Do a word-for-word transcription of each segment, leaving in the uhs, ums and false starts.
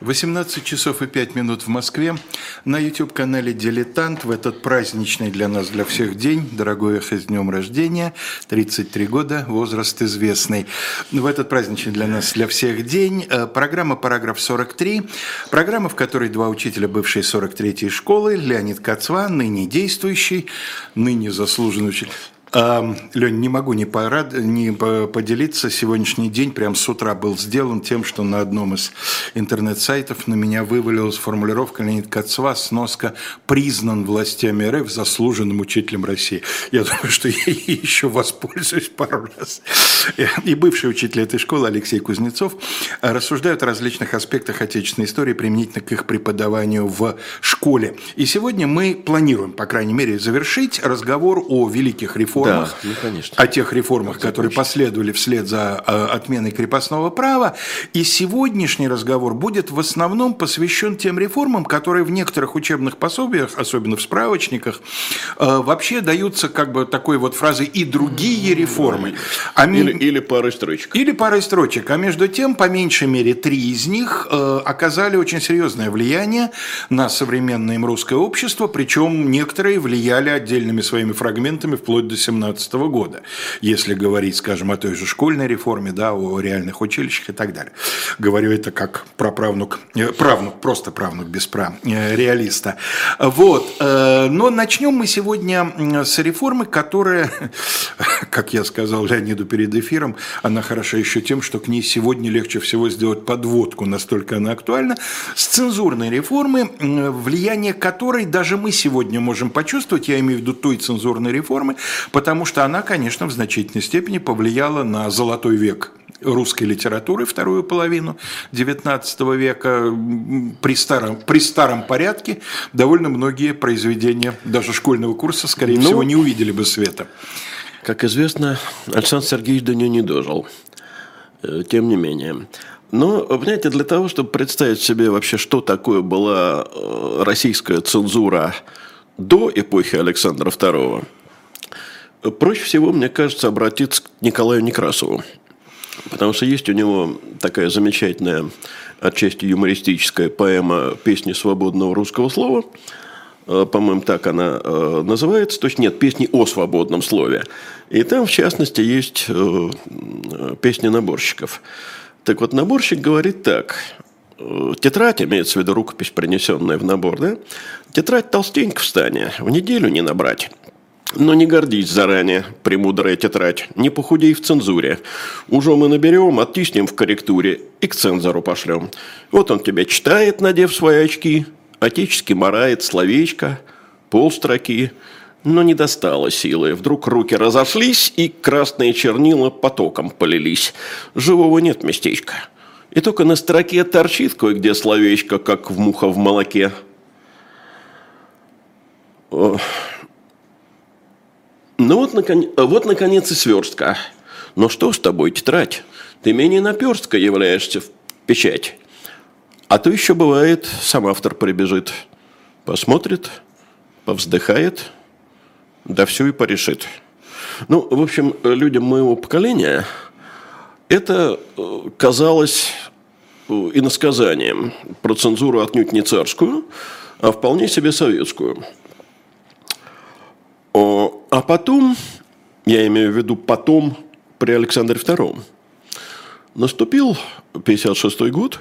восемнадцать часов и пять минут в Москве. На YouTube-канале «Дилетант» в этот праздничный для нас, для всех день. Дорогой Эхо, с днем рождения. тридцать три года, возраст известный. В этот праздничный для нас, для всех день. Программа «Параграф сорок три». Программа, в которой два учителя бывшей сорок третьей школы. Леонид Кацва, ныне действующий, ныне заслуженный учитель. Лень, не могу не, порад... не поделиться. Сегодняшний день прям с утра был сделан тем, что на одном из интернет-сайтов на меня вывалилась формулировка «Леонид Кацва, сноска, признан властями РФ заслуженным учителем России». Я думаю, что я еще воспользуюсь пару раз. И бывший учитель этой школы Алексей Кузнецов рассуждают о различных аспектах отечественной истории применительно к их преподаванию в школе. И сегодня мы планируем, по крайней мере, завершить разговор о великих реформах. Да, ну, конечно. О тех реформах, это которые точно. Последовали вслед за э, отменой крепостного права. И сегодняшний разговор будет в основном посвящен тем реформам, которые в некоторых учебных пособиях, особенно в справочниках, э, вообще даются как бы такой вот фразой «и другие реформы». А или, ми... или парой строчек. Или парой строчек. А между тем, по меньшей мере, три из них э, оказали очень серьезное влияние на современное им русское общество, причем некоторые влияли отдельными своими фрагментами вплоть до семнадцатого года, если говорить, скажем, о той же школьной реформе, да, о реальных училищах и так далее. Говорю это как праправнук, правнук, просто правнук без пра, реалиста. Вот. Но начнем мы сегодня с реформы, которая, как я сказал Леониду перед эфиром, она хороша еще тем, что к ней сегодня легче всего сделать подводку, настолько она актуальна, с цензурной реформы, влияние которой даже мы сегодня можем почувствовать, я имею в виду той цензурной реформы, потому что она, конечно, в значительной степени повлияла на золотой век русской литературы, вторую половину девятнадцатого века. При старом, при старом порядке довольно многие произведения, даже школьного курса, скорее ну, всего, не увидели бы света. Как известно, Александр Сергеевич до нее не дожил. Тем не менее. Но, понимаете, для того, чтобы представить себе вообще, что такое была российская цензура до эпохи Александра второго, проще всего, мне кажется, обратиться к Николаю Некрасову. Потому что есть у него такая замечательная, отчасти юмористическая поэма «Песни свободного русского слова». По-моему, так она называется. То есть, нет, «Песни о свободном слове». И там, в частности, есть песни наборщиков. Так вот, наборщик говорит так. Тетрадь, имеется в виду рукопись, принесенная в набор, да? Тетрадь толстенько в стане, в неделю не набрать. Но не гордись заранее, премудрая тетрадь, не похудей в цензуре. Уже мы наберем, оттиснем в корректуре и к цензору пошлем. Вот он тебя читает, надев свои очки, отечески марает словечко, полстроки, но не достало силы. Вдруг руки разошлись, и красные чернила потоком полились. Живого нет местечка. И только на строке торчит кое-где словечко, как в муха в молоке. Ну вот, наконец, вот, наконец, и сверстка. Но что с тобой, тетрадь? Ты менее наперстка являешься в печать. А то еще бывает, сам автор прибежит, посмотрит, повздыхает, да все и порешит. Ну, в общем, людям моего поколения это казалось иносказанием про цензуру отнюдь не царскую, а вполне себе советскую. А потом, я имею в виду потом, при Александре втором, наступил пятьдесят шестой год,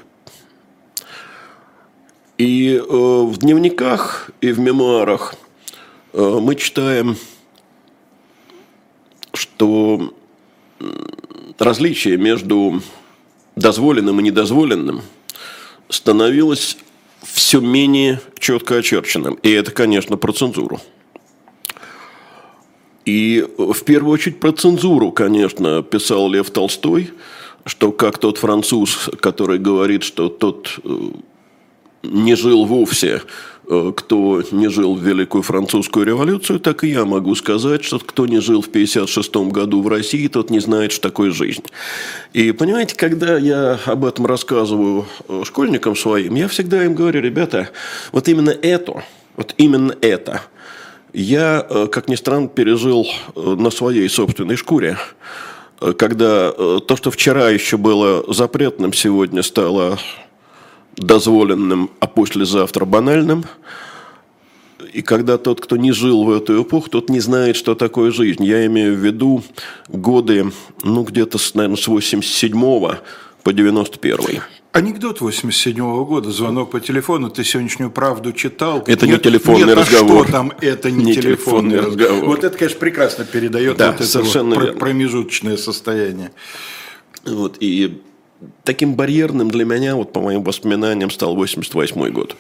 и в дневниках и в мемуарах мы читаем, что различие между дозволенным и недозволенным становилось все менее четко очерченным. И это, конечно, про цензуру. И в первую очередь про цензуру, конечно, писал Лев Толстой, что как тот француз, который говорит, что тот не жил вовсе, кто не жил в Великую Французскую революцию, так и я могу сказать, что кто не жил в пятьдесят шестом году в России, тот не знает, что такое жизнь. И понимаете, когда я об этом рассказываю школьникам своим, я всегда им говорю: ребята, вот именно это, вот именно это я, как ни странно, пережил на своей собственной шкуре, когда то, что вчера еще было запретным, сегодня стало дозволенным, а послезавтра банальным. И когда тот, кто не жил в эту эпоху, тот не знает, что такое жизнь. Я имею в виду годы, ну, где-то, наверное, с восемьдесят седьмого по девяносто первый. Анекдот восемьдесят седьмого года, звонок по телефону, ты сегодняшнюю правду читал? Это нет, не телефонный нет, разговор. А что там, это не, не телефонный, телефонный разговор. разговор. Вот это, конечно, прекрасно передает да, вот это вот промежуточное состояние. Вот, и таким барьерным для меня, вот по моим воспоминаниям, стал восемьдесят восьмой год.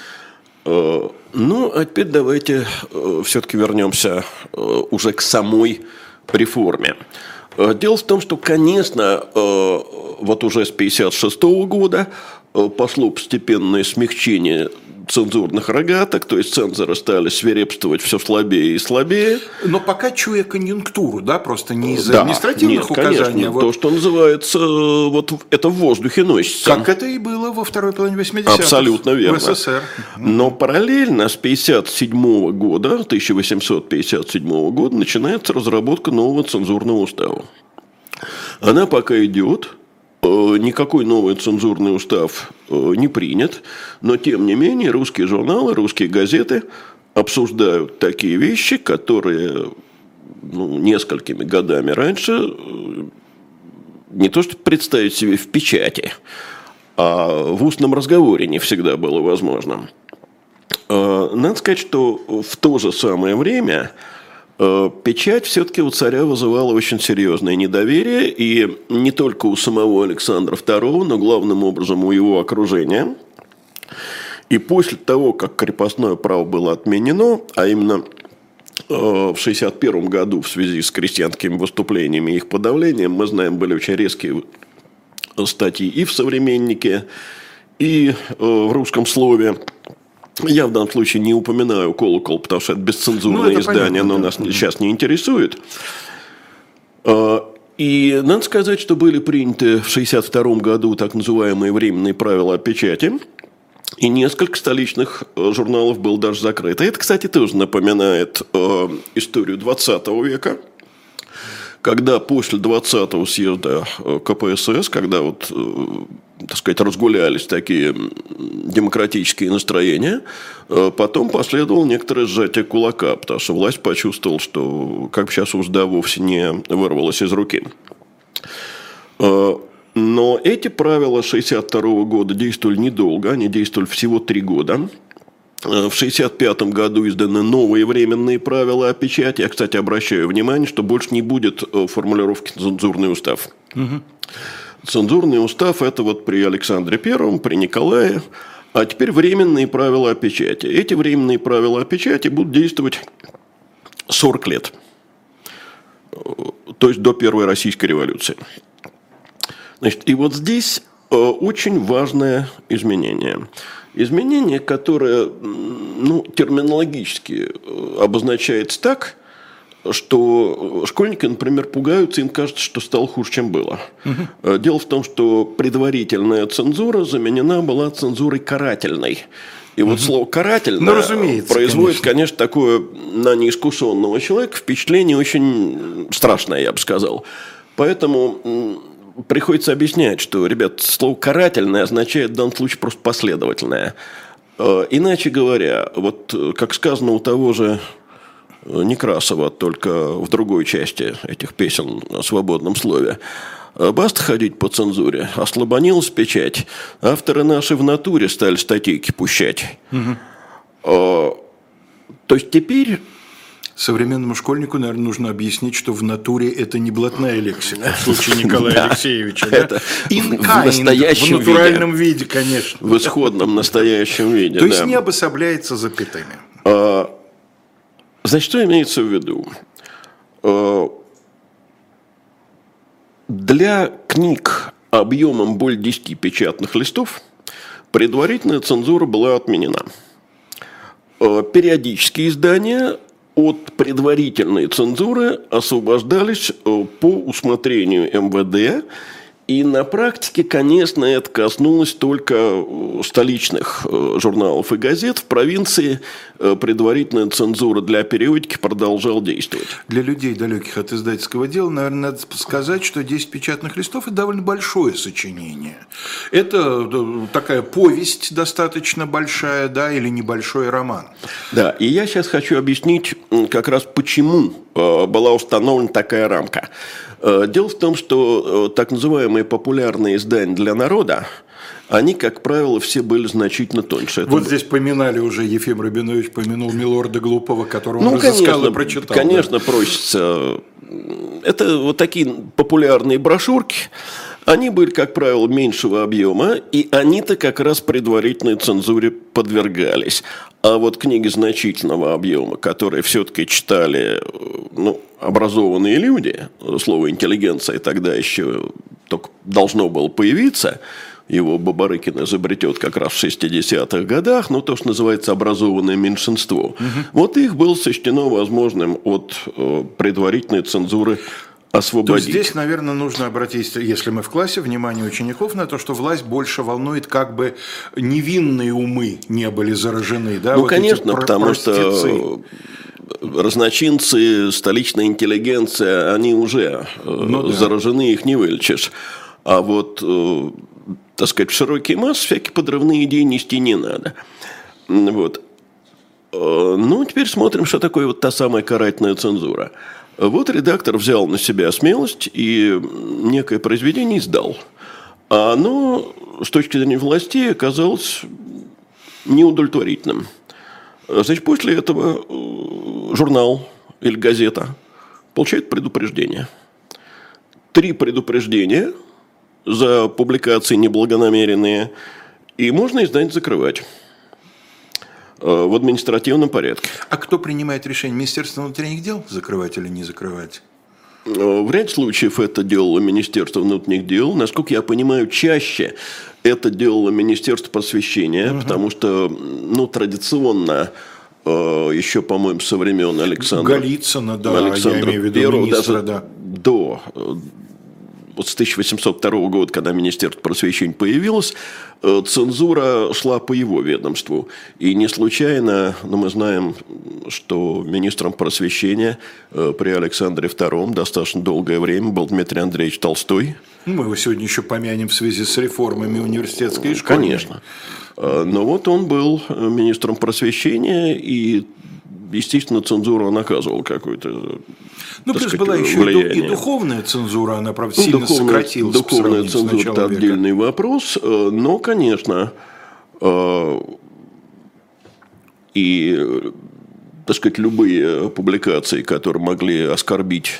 Ну, а теперь давайте все-таки вернемся уже к самой реформе. Дело в том, что, конечно, вот уже с пятьдесят шестого года пошло постепенное смягчение цензурных рогаток, то есть цензоры стали свирепствовать все слабее и слабее. Но пока чуя конъюнктуру, да, просто не из-за да, административных нет, указаний. Конечно, а вот... то, что называется, вот это в воздухе носится. Как это и было во второй половине восьмидесятых. Абсолютно верно. В СССР. Но параллельно с пятьдесят седьмого года, тысяча восемьсот пятьдесят седьмого года, начинается разработка нового цензурного устава. Она пока идет. Никакой новый цензурный устав не принят, но тем не менее русские журналы, русские газеты обсуждают такие вещи, которые ну, несколькими годами раньше не то что представить себе в печати, а в устном разговоре не всегда было возможно. Надо сказать, что в то же самое время печать все-таки у царя вызывала очень серьезное недоверие, и не только у самого Александра второго, но главным образом у его окружения. И после того, как крепостное право было отменено, а именно в шестьдесят первом году в связи с крестьянскими выступлениями и их подавлением, мы знаем, были очень резкие статьи и в «Современнике», и в «Русском слове». Я в данном случае не упоминаю «Колокол», потому что это бесцензурное ну, это издание, оно да. нас сейчас не интересует. И надо сказать, что были приняты в шестьдесят втором году так называемые временные правила о печати, и несколько столичных журналов было даже закрыто. Это, кстати, тоже напоминает историю двадцатого века, когда после двадцатого съезда ка пэ эс эс, когда вот, так сказать, разгулялись такие демократические настроения, потом последовало некоторое сжатие кулака, потому что власть почувствовала, что как бы сейчас узда вовсе не вырвалась из руки. Но эти правила шестьдесят второго года действовали недолго, они действовали всего три года. В шестьдесят пятом году изданы новые временные правила о печати. Я, кстати, обращаю внимание, что больше не будет формулировки «цензурный устав». Угу. Цензурный устав – это вот при Александре Первом, при Николае. А теперь временные правила о печати. Эти временные правила о печати будут действовать сорок лет. То есть до Первой Российской революции. Значит, и вот здесь очень важное изменение. Изменение, которое ну, терминологически обозначается так, что школьники, например, пугаются, им кажется, что стало хуже, чем было. Угу. Дело в том, что предварительная цензура заменена была цензурой карательной. И угу. вот слово «карательное» ну, производит, конечно. конечно, такое на неискушенного человека впечатление очень страшное, я бы сказал. Поэтому приходится объяснять, что, ребят, слово «карательное» означает в данном случае просто «последовательное». Иначе говоря, вот как сказано у того же Некрасова, только в другой части этих песен о свободном слове: «Баста ходить по цензуре, ослабонилась печать, авторы наши в натуре стали статейки пущать». Угу. То есть теперь... Современному школьнику, наверное, нужно объяснить, что в натуре это не блатная лексика, в случае Николая Алексеевича. Это в настоящем виде. В натуральном виде, конечно. В исходном настоящем виде. То есть не обособляется запятыми. Значит, что имеется в виду? Для книг объемом более десяти печатных листов предварительная цензура была отменена. Периодические издания от предварительной цензуры освобождались по усмотрению эм вэ дэ. И на практике, конечно, это коснулось только столичных журналов и газет. В провинции предварительная цензура для периодики продолжала действовать. Для людей, далеких от издательского дела, наверное, надо сказать, что «десять печатных листов» – это довольно большое сочинение. Это такая повесть достаточно большая, да, или небольшой роман. Да, и я сейчас хочу объяснить как раз, почему была установлена такая рамка. Дело в том, что так называемые популярные издания для народа, они, как правило, все были значительно тоньше. Вот это здесь было... поминали уже, Ефим Рабинович помянул Милорда Глупого, которого ну, он разыскал конечно, и прочитал. Конечно, да. просится. Это вот такие популярные брошюрки. Они были, как правило, меньшего объема, и они-то как раз предварительной цензуре подвергались. А вот книги значительного объема, которые все-таки читали, ну, образованные люди, слово «интеллигенция» тогда еще только должно было появиться, его Бабарыкин изобретет как раз в шестидесятых годах, ну, то, что называется образованное меньшинство. Угу. Вот их было сочтено возможным от э, предварительной цензуры освободить. То здесь, наверное, нужно обратить, если мы в классе, внимание учеников на то, что власть больше волнует, как бы невинные умы не были заражены. Да? Ну, вот конечно, потому простецы. что разночинцы, столичная интеллигенция, они уже ну, да. заражены, их не вылечишь. А вот, так сказать, в широкие массы всякие подрывные идеи нести не надо. Вот. Ну, теперь смотрим, что такое вот та самая карательная цензура. Вот редактор взял на себя смелость и некое произведение издал. А оно, с точки зрения властей, оказалось неудовлетворительным. Значит, после этого журнал или газета получает предупреждение. Три предупреждения за публикации неблагонамеренные, и можно издание закрывать в административном порядке. А кто принимает решение? Министерство внутренних дел закрывать или не закрывать? В ряде случаев это делало Министерство внутренних дел. Насколько я понимаю, чаще это делало Министерство просвещения, угу. потому что, ну, традиционно, еще, по-моему, со времен Александра Голицына, да, Александра я имею в виду Первого, министра, даже да. до... Вот с тысяча восемьсот второго года, когда Министерство просвещения появилось, цензура шла по его ведомству. И не случайно, но мы знаем, что министром просвещения при Александре Втором достаточно долгое время был Дмитрий Андреевич Толстой. Мы его сегодня еще помянем в связи с реформами университетской школы. Конечно. Но вот он был министром просвещения, и, естественно, цензуру он оказывал какую-то. Ну, плюс была еще влияние. И духовная цензура, она, правда, сильно ну, духовная, сократилась. Духовная цензура – это отдельный вопрос, но, конечно, и, так сказать, любые публикации, которые могли оскорбить,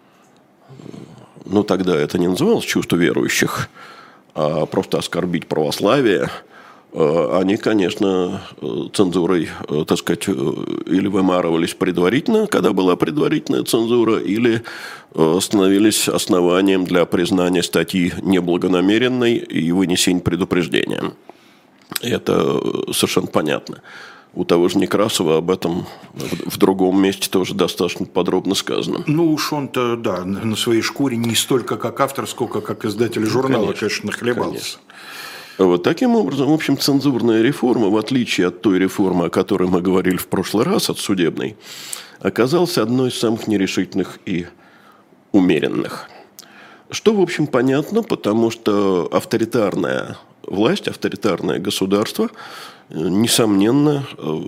ну, тогда это не называлось чувство верующих, а просто оскорбить православие, они, конечно, цензурой, так сказать, или вымарывались предварительно, когда была предварительная цензура, или становились основанием для признания статьи неблагонамеренной и вынесения предупреждения. Это совершенно понятно. У того же Некрасова об этом в другом месте тоже достаточно подробно сказано. Ну уж он-то, да, на своей шкуре не столько как автор, сколько как издатель журнала, конечно, конечно нахлебался. Конечно. Вот таким образом, в общем, цензурная реформа, в отличие от той реформы, о которой мы говорили в прошлый раз, от судебной, оказалась одной из самых нерешительных и умеренных. Что, в общем, понятно, потому что авторитарная власть, авторитарное государство, несомненно,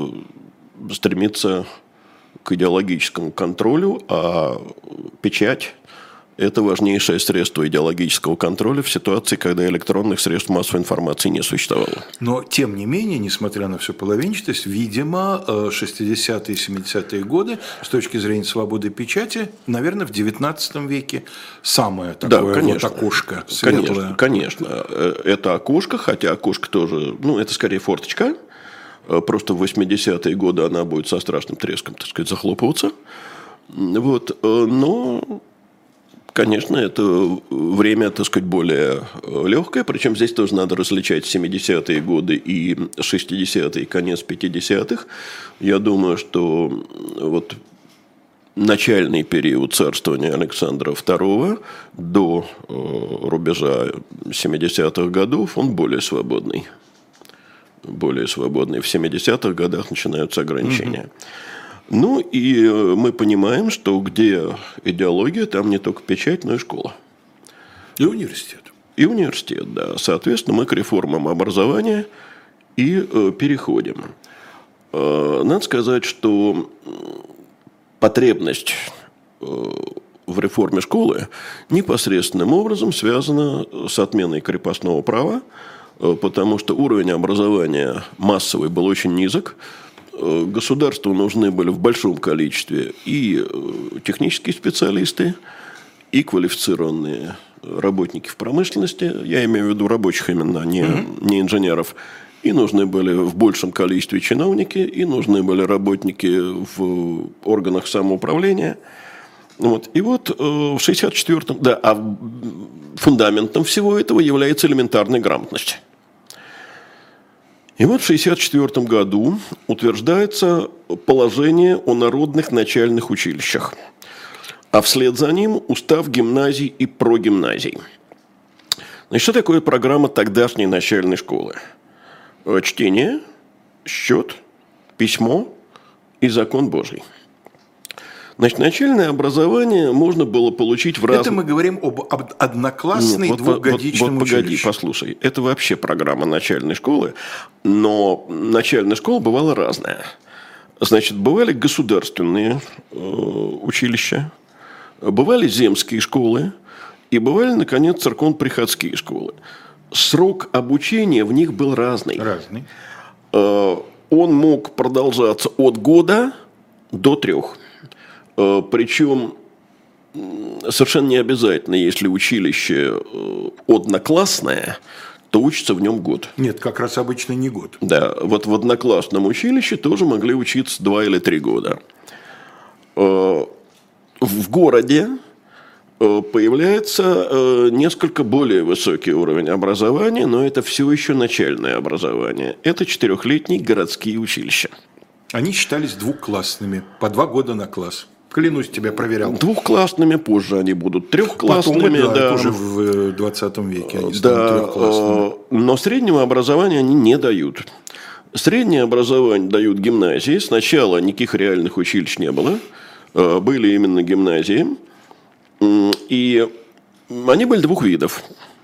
стремится к идеологическому контролю, а печать – это важнейшее средство идеологического контроля в ситуации, когда электронных средств массовой информации не существовало. Но, тем не менее, несмотря на всю половинчатость, видимо, шестидесятые и семидесятые годы, с точки зрения свободы печати, наверное, в девятнадцатом веке самое такое да, конечно, вот окошко светлое. Конечно, конечно. Это окошко, хотя окошко тоже, ну, это скорее форточка. Просто в восьмидесятые годы она будет со страшным треском, так сказать, захлопываться. Вот. Но... Конечно, это время, так сказать, более легкое, причем здесь тоже надо различать семидесятые годы и шестидесятые, конец пятидесятых. Я думаю, что вот начальный период царствования Александра Второго до рубежа семидесятых годов, он более свободный. более свободные. В семидесятых годах начинаются ограничения. Угу. Ну, и мы понимаем, что где идеология, там не только печать, но и школа. И университет. И университет, да. Соответственно, мы к реформам образования и э, переходим. Э, надо сказать, что потребность э, в реформе школы непосредственным образом связана с отменой крепостного права, э, потому что уровень образования массовый был очень низок. Э, государству нужны были в большом количестве и э, технические специалисты, и квалифицированные работники в промышленности, я имею в виду рабочих именно, не, mm-hmm. не инженеров, и нужны были в большем количестве чиновники, и нужны были работники в органах самоуправления. Вот. И вот в шестьдесят четвёртом, да, а фундаментом всего этого является элементарная грамотность. И вот в шестьдесят четвёртом году утверждается положение о народных начальных училищах. А вслед за ним устав гимназий и прогимназий. Значит, что такое программа тогдашней начальной школы? Чтение, счет, письмо и закон Божий. Значит, начальное образование можно было получить в разных... Это мы говорим об, об одноклассной Нет, вот, двухгодичном вот, вот, погоди, училище. послушай. Это вообще программа начальной школы, но начальная школа бывала разная. Значит, бывали государственные э, училища, бывали земские школы и бывали, наконец, церковно-приходские школы. Срок обучения в них был разный. Разный. Он мог продолжаться от года до трех. Причем совершенно не обязательно, если училище одноклассное, то учится в нем год. Нет, как раз обычно не год. Да, вот в одноклассном училище тоже могли учиться два или три года. В городе появляется несколько более высокий уровень образования, но это все еще начальное образование. Это четырехлетние городские училища. Они считались двухклассными, по два года на класс. Клянусь, тебя проверял. Двухклассными, позже они будут трехклассными. Потом, да, да. Это уже в двадцатом веке они да, станут трехклассными. Но среднего образования они не дают. Среднее образование дают гимназии. Сначала никаких реальных училищ не было. Были именно гимназии. И они были двух видов.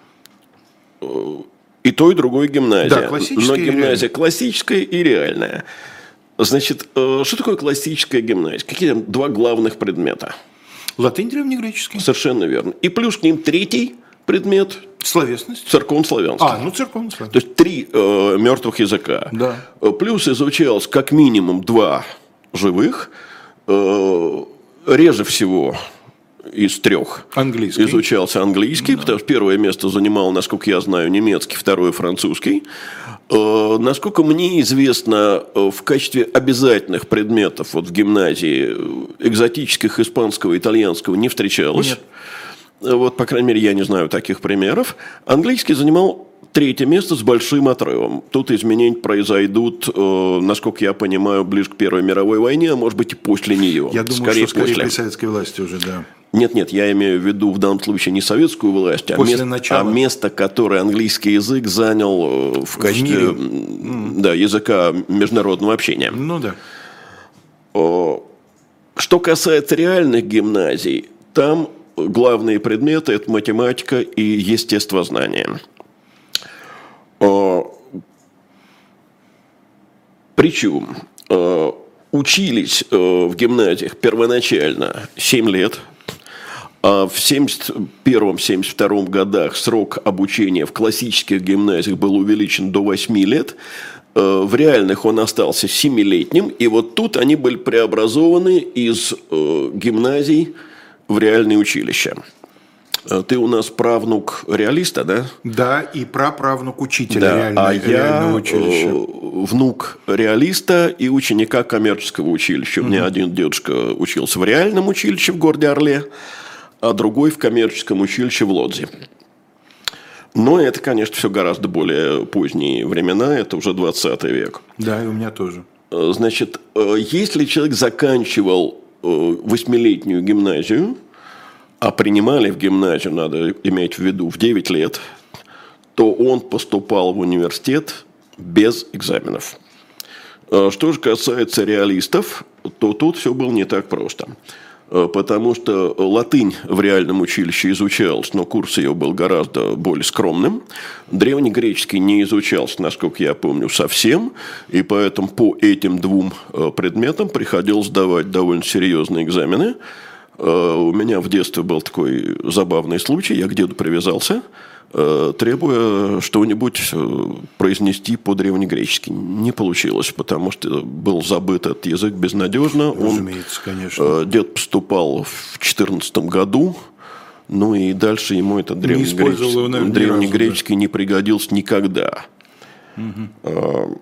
И то, и другое гимназия. Да, классическая. Но гимназия классическая и реальная. Значит, что такое классическая гимназия? Какие там два главных предмета? Латынь, древнегреческий. Совершенно верно. И плюс к ним третий предмет. Словесность. Церковнославянский. А, ну церковнославянский. То есть три э, мертвых языка. Да. Плюс изучалось как минимум два живых. Э, реже всего из трех английский. изучался английский, да. Потому что первое место занимал, насколько я знаю, немецкий, второе французский. Э, насколько мне известно, в качестве обязательных предметов вот в гимназии экзотических испанского и итальянского не встречалось. Нет. Вот, по крайней мере, я не знаю таких примеров. Английский занимал третье место с большим отрывом. Тут изменения произойдут, э, насколько я понимаю, ближе к Первой мировой войне, а может быть и после нее. Я думаю, скорее что скорее после. при советской власти уже, да. Нет, нет, я имею в виду в данном случае не советскую власть, а, мест, а место, которое английский язык занял в качестве в да, языка международного общения. Ну да. Что касается реальных гимназий, там главные предметы – это математика и естествознание. Причем учились в гимназиях первоначально семь лет, а в семьдесят первом — семьдесят втором годах срок обучения в классических гимназиях был увеличен до восьми лет, в реальных он остался семилетним, и вот тут они были преобразованы из гимназий в реальные училища. Ты у нас правнук реалиста, да? Да, и праправнук учителя да, реального, а реального я училища. Внук реалиста и ученика коммерческого училища. У меня один дедушка учился в реальном училище в городе Орле, а другой в коммерческом училище в Лодзе. Но это, конечно, все гораздо более поздние времена, это уже двадцатый век. Да, и у меня тоже. Значит, если человек заканчивал восьмилетнюю гимназию, а принимали в гимназию, надо иметь в виду, в девять лет, то он поступал в университет без экзаменов. Что же касается реалистов, то тут все было не так просто. Потому что латынь в реальном училище изучалась, но курс ее был гораздо более скромным. Древнегреческий не изучался, насколько я помню, совсем. И поэтому по этим двум предметам приходилось сдавать довольно серьезные экзамены. У меня в детстве был такой забавный случай. Я к деду привязался, требуя что-нибудь произнести по-древнегречески. Не получилось, потому что был забыт этот язык безнадежно. Разумеется, конечно. Дед поступал в четырнадцатом году, ну и дальше ему этот древнегреческий не, наверное, древнегреческий разу, да. не пригодился никогда. Угу.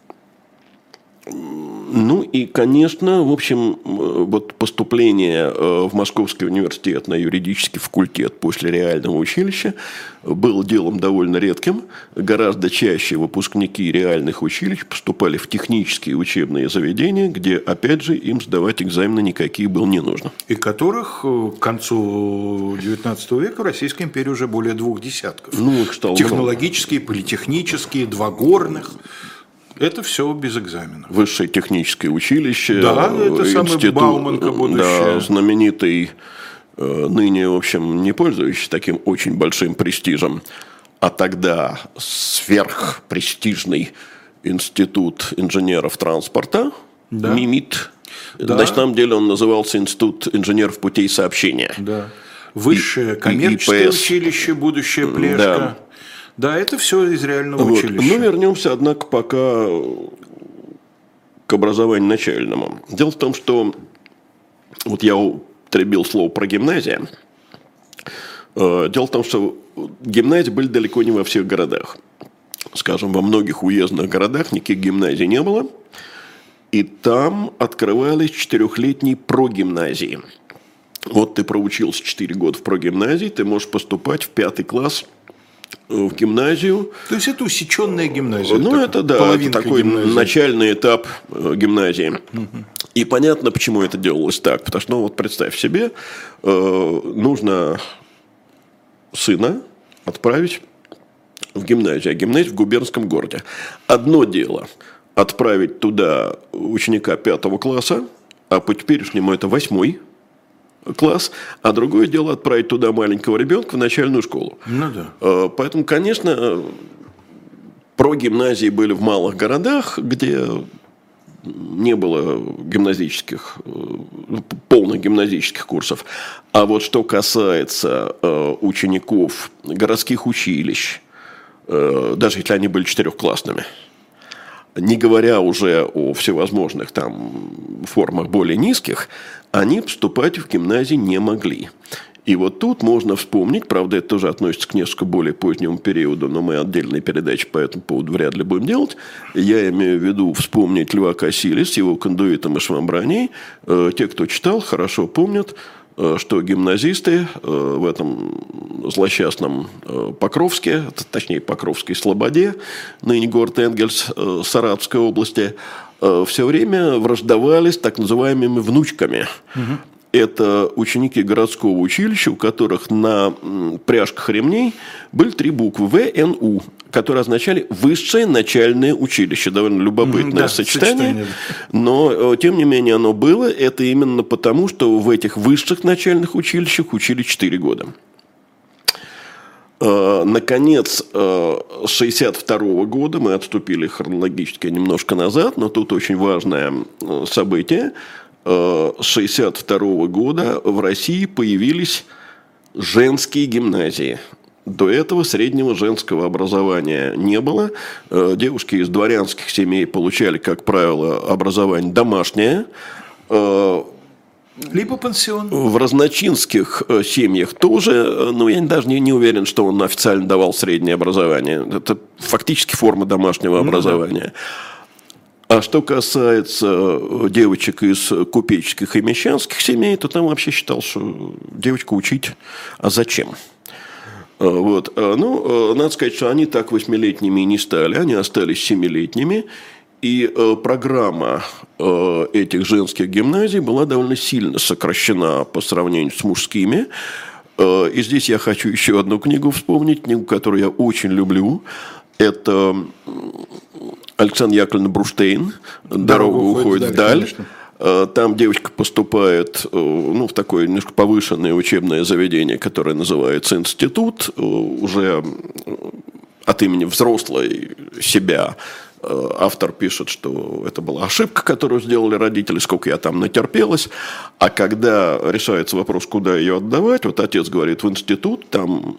Ну и, конечно, в общем, вот поступление в Московский университет на юридический факультет после реального училища было делом довольно редким. Гораздо чаще выпускники реальных училищ поступали в технические учебные заведения, где, опять же, им сдавать экзамены никакие было не нужно. И которых к концу девятнадцатого века в Российской империи уже более двух десятков. Ну, их стало технологические, много. Политехнические, два горных. Это все без экзаменов. Высшее техническое училище. Да, это самый Бауманка будущее. Да, знаменитый, ныне, в общем, не пользующийся таким очень большим престижем, а тогда сверхпрестижный институт инженеров транспорта, да. МИМИТ. Да. На самом деле он назывался Институт инженеров путей сообщения. Да. Высшее и, коммерческое и училище, будущее Плешка. Да. Да, это все из реального вот. училища. Ну, вернемся, однако, пока к образованию начальному. Дело в том, что вот я употребил слово про гимназию. Дело в том, что гимназии были далеко не во всех городах. Скажем, во многих уездных городах никаких гимназий не было. И там открывались четырехлетние прогимназии. Вот ты проучился четыре года в прогимназии, ты можешь поступать в пятый класс в гимназию. То есть это усеченная гимназия. Ну, это да, это такой гимназии. Начальный этап гимназии. Угу. И понятно, почему это делалось так. Потому что, ну, вот представь себе, э, нужно сына отправить в гимназию. А гимназия в губернском городе. Одно дело отправить туда ученика пятого класса, а по теперешнему это восьмой класс, а другое дело отправить туда маленького ребенка в начальную школу. Ну да. Поэтому, конечно, прогимназии были в малых городах, где не было гимназических, полных гимназических курсов. А вот что касается учеников городских училищ, даже если они были четырехклассными, не говоря уже о всевозможных там формах более низких, они поступать в гимназии не могли. И вот тут можно вспомнить, правда, это тоже относится к несколько более позднему периоду, но мы отдельные передачи по этому поводу вряд ли будем делать. Я имею в виду вспомнить Льва Кассиля с его «Кондуитом и швамбранией». Те, кто читал, хорошо помнят, что гимназисты в этом злосчастном Покровске, точнее Покровской Слободе, ныне город Энгельс Саратовской области, все время враждовали с так называемыми внучками. Угу. Это ученики городского училища, у которых на пряжках ремней были три буквы В Н У, которые означали «высшее начальное училище». Довольно любопытное mm, да, сочетание, сочетание. Но, тем не менее, оно было. Это именно потому, что в этих высших начальных училищах учили четыре года. Наконец, с шестьдесят второго года, мы отступили хронологически немножко назад, но тут очень важное событие. С шестьдесят второго года в России появились женские гимназии. До этого среднего женского образования не было. Девушки из дворянских семей получали, как правило, образование домашнее. Либо пансион. В разночинских семьях тоже, но я даже не, не уверен, что он официально давал среднее образование. Это фактически форма домашнего ну, образования. Да. А что касается девочек из купеческих и мещанских семей, то там вообще считал, что девочку учить, а зачем? Вот. Ну, надо сказать, что они так восьмилетними не стали, они остались семилетними. И программа этих женских гимназий была довольно сильно сокращена по сравнению с мужскими. И здесь я хочу еще одну книгу вспомнить, книгу, которую я очень люблю. Это Александра Яковлевна Бруштейн. Дорога, Дорога уходит вдаль. вдаль. Там девочка поступает ну, в такое немножко повышенное учебное заведение, которое называется институт. Уже от имени взрослой себя автор пишет, что это была ошибка, которую сделали родители, сколько я там натерпелась. А когда решается вопрос, куда ее отдавать, вот отец говорит, в институт, там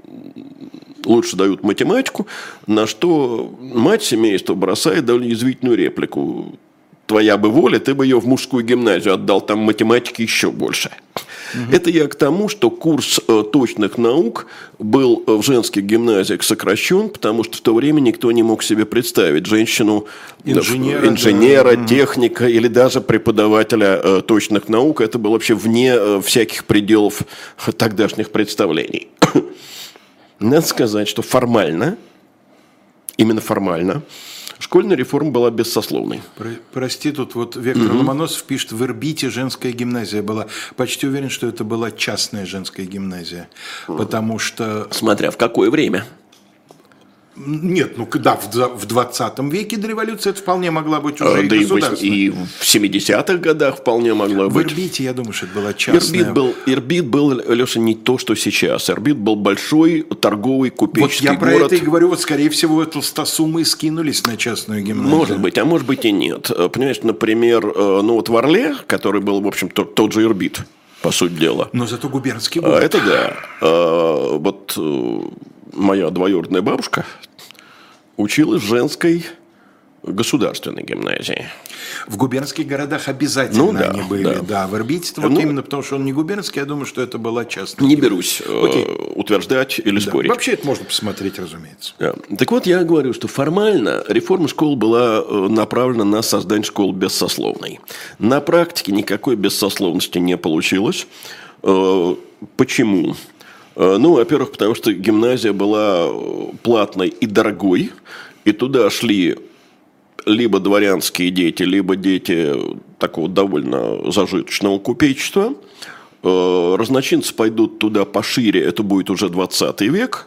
лучше дают математику, на что мать семейства бросает довольно язвительную реплику. Твоя бы воля, ты бы ее в мужскую гимназию отдал, там математики еще больше. Угу. Это я к тому, что курс э, точных наук был в женских гимназиях сокращен, потому что в то время никто не мог себе представить женщину, инженера, инженера да. техника или даже преподавателя э, точных наук. Это было вообще вне э, всяких пределов тогдашних представлений. Надо сказать, что формально, именно формально, школьная реформа была бессословной. Про, прости, тут вот Виктор угу. Ломоносов пишет, в Ирбите женская гимназия была. Почти уверен, что это была частная женская гимназия. Угу. Потому что... Смотря в какое время. Нет, ну да, в двадцатом веке до революции это вполне могла быть уже а, и да государственная. И в семидесятых годах вполне могла в быть. В Ирбите, я думаю, что это была частная. Ирбит был, Ирбит был, Леша, не то, что сейчас. Ирбит был большой торговый купеческий город. Вот я про это и говорю, вот скорее всего толстосумы скинулись на частную гимназию. Может быть, а может быть и нет. Понимаешь, например, ну вот в Орле, который был, в общем, тот, тот же Ирбит, по сути дела. Но зато губернский город. А, это да. А, вот моя двоюродная бабушка училась в женской государственной гимназии. В губернских городах обязательно ну, да, они были, да. да. В Ирбите, вот ну, именно потому, что он не губернский, я думаю, что это была частная. Не берусь э, утверждать или да. спорить. Вообще это можно посмотреть, разумеется. Да. Так вот, я говорю, что формально реформа школ была направлена на создание школ бессословной. На практике никакой бессословности не получилось. Э, почему? Ну, во-первых, потому что гимназия была платной и дорогой, и туда шли либо дворянские дети, либо дети такого довольно зажиточного купечества. Разночинцы пойдут туда пошире, это будет уже двадцатый век.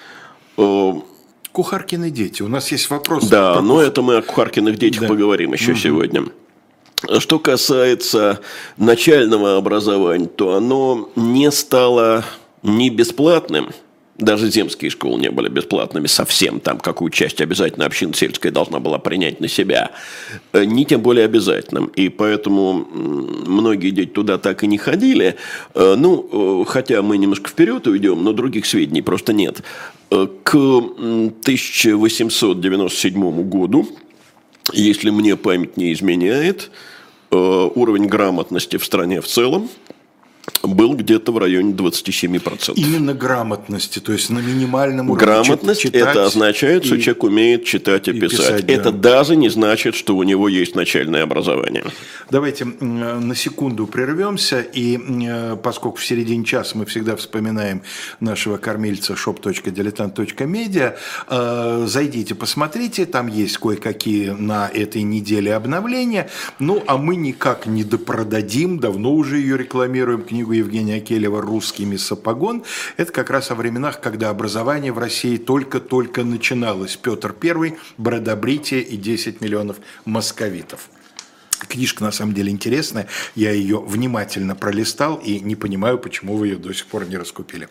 Кухаркины дети. У нас есть вопрос. Да, но кух... это мы о кухаркиных детях да. поговорим еще угу. сегодня. Что касается начального образования, то оно не стало... не бесплатным, даже земские школы не были бесплатными совсем, там какую часть обязательно община сельская должна была принять на себя, не тем более обязательным, и поэтому многие дети туда так и не ходили, ну, хотя мы немножко вперед уйдем, но других сведений просто нет. К тысяча восемьсот девяносто седьмому году, если мне память не изменяет, уровень грамотности в стране в целом был где-то в районе двадцать семь процентов. Именно грамотности, то есть на минимальном уровне. Грамотность – это означает, что и, человек умеет читать и, и писать. писать это да. даже не значит, что у него есть начальное образование. Давайте на секунду прервемся, и поскольку в середине часа мы всегда вспоминаем нашего кормильца шоп точка дилетант точка медиа, зайдите, посмотрите, там есть кое-какие на этой неделе обновления, ну а мы никак не допродадим, давно уже ее рекламируем, книгу Евгения Акелева «Русский миссопогон». Это как раз о временах, когда образование в России только-только начиналось. Петр Первый, бродобритие и десять миллионов московитов. Книжка на самом деле интересная. Я ее внимательно пролистал и не понимаю, почему вы ее до сих пор не раскупили.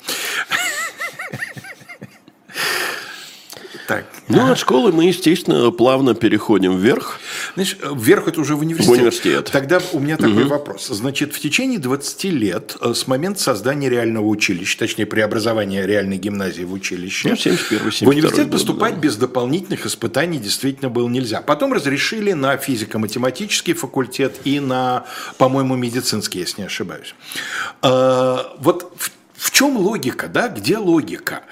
Так. Ну, от школы мы, естественно, плавно переходим вверх. Знаешь, вверх это уже в университет. В университет. Тогда у меня такой угу. вопрос. Значит, в течение двадцати лет с момента создания реального училища, точнее, преобразования реальной гимназии в училище, ну, семьдесят первый, семьдесят второй в университет год, поступать да. без дополнительных испытаний действительно было нельзя. Потом разрешили на физико-математический факультет и на, по-моему, медицинский, если не ошибаюсь. Вот в В чем логика, да? Где логика?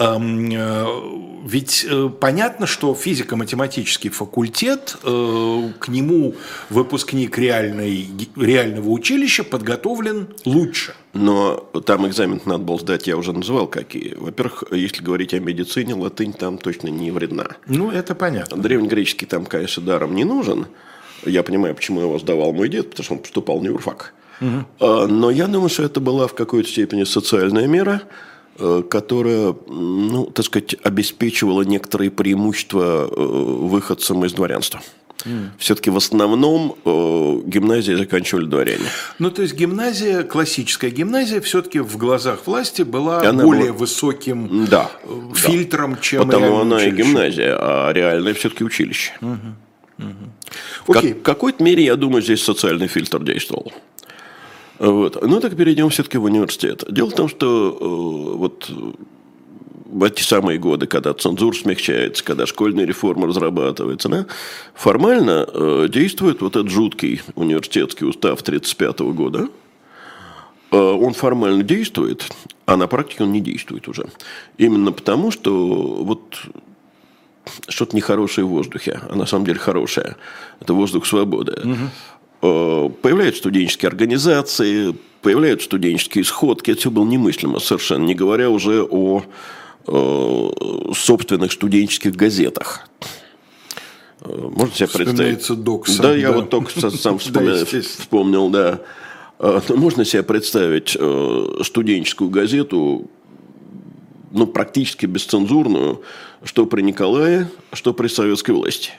Ведь понятно, что физико-математический факультет, к нему выпускник реальной, реального училища подготовлен лучше. Но там экзамен надо было сдать, я уже называл какие. Во-первых, если говорить о медицине, латынь там точно не вредна. Ну, это понятно. Древнегреческий там, конечно, даром не нужен. Я понимаю, почему его сдавал мой дед, потому что он поступал на юрфак. Угу. Но я думаю, что это была в какой-то степени социальная мера. которая, ну, так сказать, обеспечивала некоторые преимущества выходцам из дворянства. Mm. Все-таки в основном э, гимназии заканчивали дворяне. Ну, то есть гимназия, классическая гимназия, все-таки в глазах власти была она более была... высоким да, фильтром, да. чем Потому она училище. И гимназия, а реальное все-таки училище. Uh-huh. Uh-huh. В okay. как, какой-то мере, я думаю, здесь социальный фильтр действовал. Вот. Ну, так перейдем все-таки в университет. Дело в том, что э, вот... в эти самые годы, когда цензура смягчается, когда школьная реформа разрабатывается, да, формально э, действует вот этот жуткий университетский устав тридцать пятого года. Э, он формально действует, а на практике он не действует уже. Именно потому, что вот что-то нехорошее в воздухе, а на самом деле хорошее. Это воздух свободы. Угу. Э, появляются студенческие организации, появляются студенческие сходки. Это все было немыслимо совершенно, не говоря уже о собственных студенческих газетах. Можно себе представить? Докса, да, я да. вот только сам вспомнил, вспомнил, да. Можно себе представить студенческую газету, ну, практически бесцензурную, что при Николае, что при советской власти.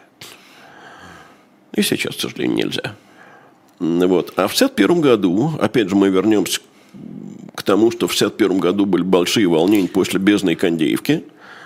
И сейчас, к сожалению, нельзя. Вот. А в шестьдесят первом году, опять же, мы вернемся к тому, что в шестьдесят первом году были большие волнения после Бездны и Кондеевки,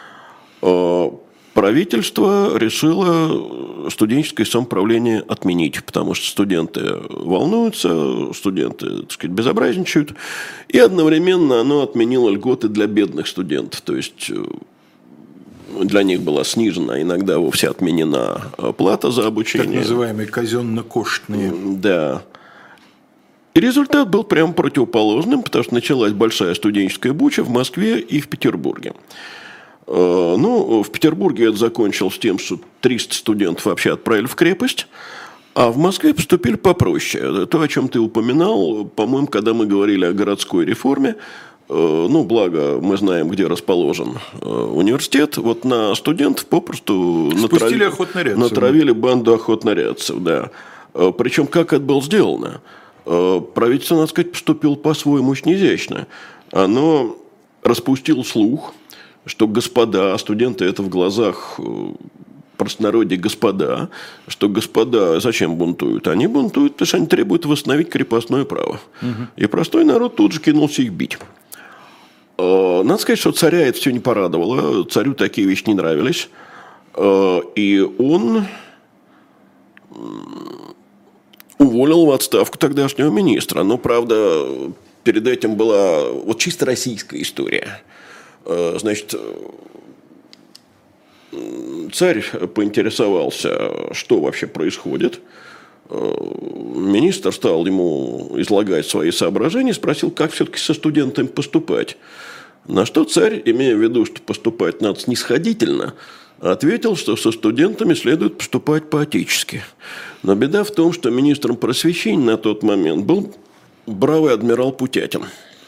правительство решило студенческое самоуправление отменить, потому что студенты волнуются, студенты, так сказать, безобразничают, и одновременно оно отменило льготы для бедных студентов, то есть для них была снижена, иногда вовсе отменена плата за обучение. Так называемые казенно-коштные. Да. И результат был прямо противоположным, потому что началась большая студенческая буча в Москве и в Петербурге. Ну, в Петербурге это закончилось тем, что триста студентов вообще отправили в крепость, а в Москве поступили попроще. То, о чем ты упоминал, по-моему, когда мы говорили о городской реформе, ну, благо мы знаем, где расположен университет, вот на студентов попросту Спустили натрави... натравили банду охотнорядцев, да. Причем, как это было сделано? Правительство, надо сказать, поступило по-своему очень изящно. Оно распустило слух, что господа, студенты это в глазах простонародья господа, что господа зачем бунтуют? Они бунтуют, потому что они требуют восстановить крепостное право. Угу. И простой народ тут же кинулся их бить. Надо сказать, что царя это все не порадовало. Царю такие вещи не нравились. И он уволил в отставку тогдашнего министра. Но, правда, перед этим была вот чисто российская история. Значит, царь поинтересовался, что вообще происходит. Министр стал ему излагать свои соображения, спросил, как все-таки со студентами поступать. На что царь, имея в виду, что поступать надо снисходительно, ответил, что со студентами следует поступать по-отечески. Но беда в том, что министром просвещения на тот момент был бравый адмирал Путятин.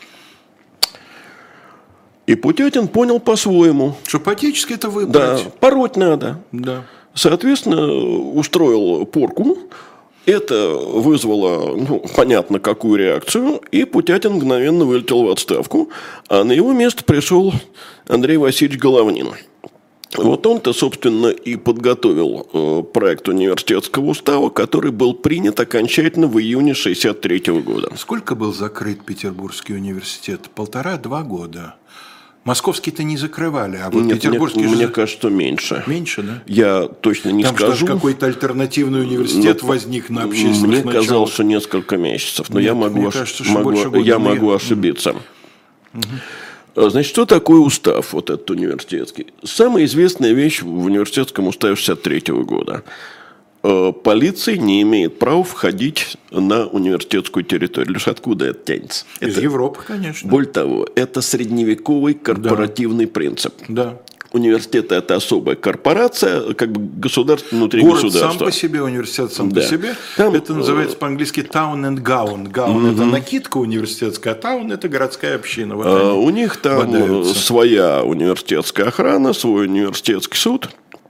И Путятин понял по-своему. Что по-отечески это выбрать. Да, пороть надо. Да. Соответственно, устроил порку. Это вызвало, ну, понятно, какую реакцию. И Путятин мгновенно вылетел в отставку. А на его место пришел Андрей Васильевич Головнин. Вот он-то, собственно, и подготовил э, проект университетского устава, который был принят окончательно в июне шестьдесят третьего года. Сколько был закрыт Петербургский университет? Полтора-два года. Московский-то не закрывали, а вот Нет, Петербургский... Мне, же... мне кажется, меньше. Меньше, да? Я точно не Там скажу. Там что ж какой-то альтернативный университет но возник на общественных Мне началах. казалось, что несколько месяцев, но Нет, я могу, мне ош... кажется, что могу... больше года. я могу ошибиться. Угу. Значит, что такое устав вот этот университетский? Самая известная вещь в университетском уставе шестьдесят третьего года. Полиция не имеет права входить на университетскую территорию. Лишь откуда это тянется? Из это, Европы, конечно. Более того, это средневековый корпоративный да. принцип. Да. Университет – это особая корпорация, как бы государство внутри Город государства. Город сам по себе, университет сам да. по себе. Там, это называется по-английски town and gown. Gown угу. – это накидка университетская, а town – это городская община. Вот а, у них там бодаются. Своя университетская охрана, свой университетский суд.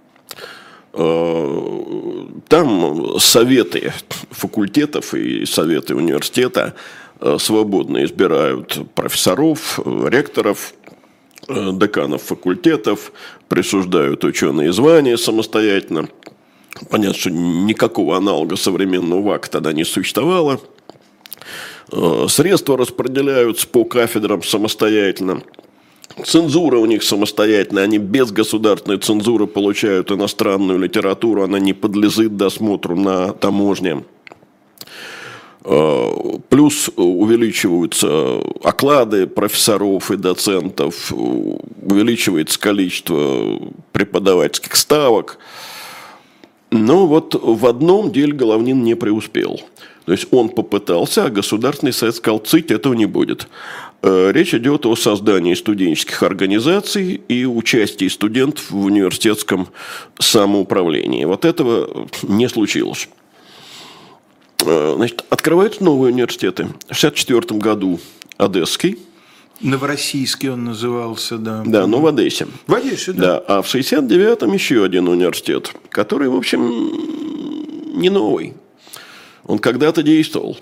Там советы факультетов и советы университета свободно избирают профессоров, ректоров. деканов факультетов, присуждают ученые звания самостоятельно. Понятно, что никакого аналога современного ВАК тогда не существовало. Средства распределяются по кафедрам самостоятельно. Цензура у них самостоятельная, они без государственной цензуры получают иностранную литературу, она не подлежит досмотру на таможне. Плюс увеличиваются оклады профессоров и доцентов, увеличивается количество преподавательских ставок. Но вот в одном деле Головнин не преуспел. То есть он попытался, а Государственный совет сказал: цыть, этого не будет. Речь идет о создании студенческих организаций и участии студентов в университетском самоуправлении. Вот этого не случилось. Значит, открываются новые университеты. В шестьдесят четвёртом году Одесский. Новороссийский он назывался, да. Да, но в Одессе. В Одессе, да. Да, а в шестьдесят девятом еще один университет, который, в общем, не новый. Он когда-то действовал.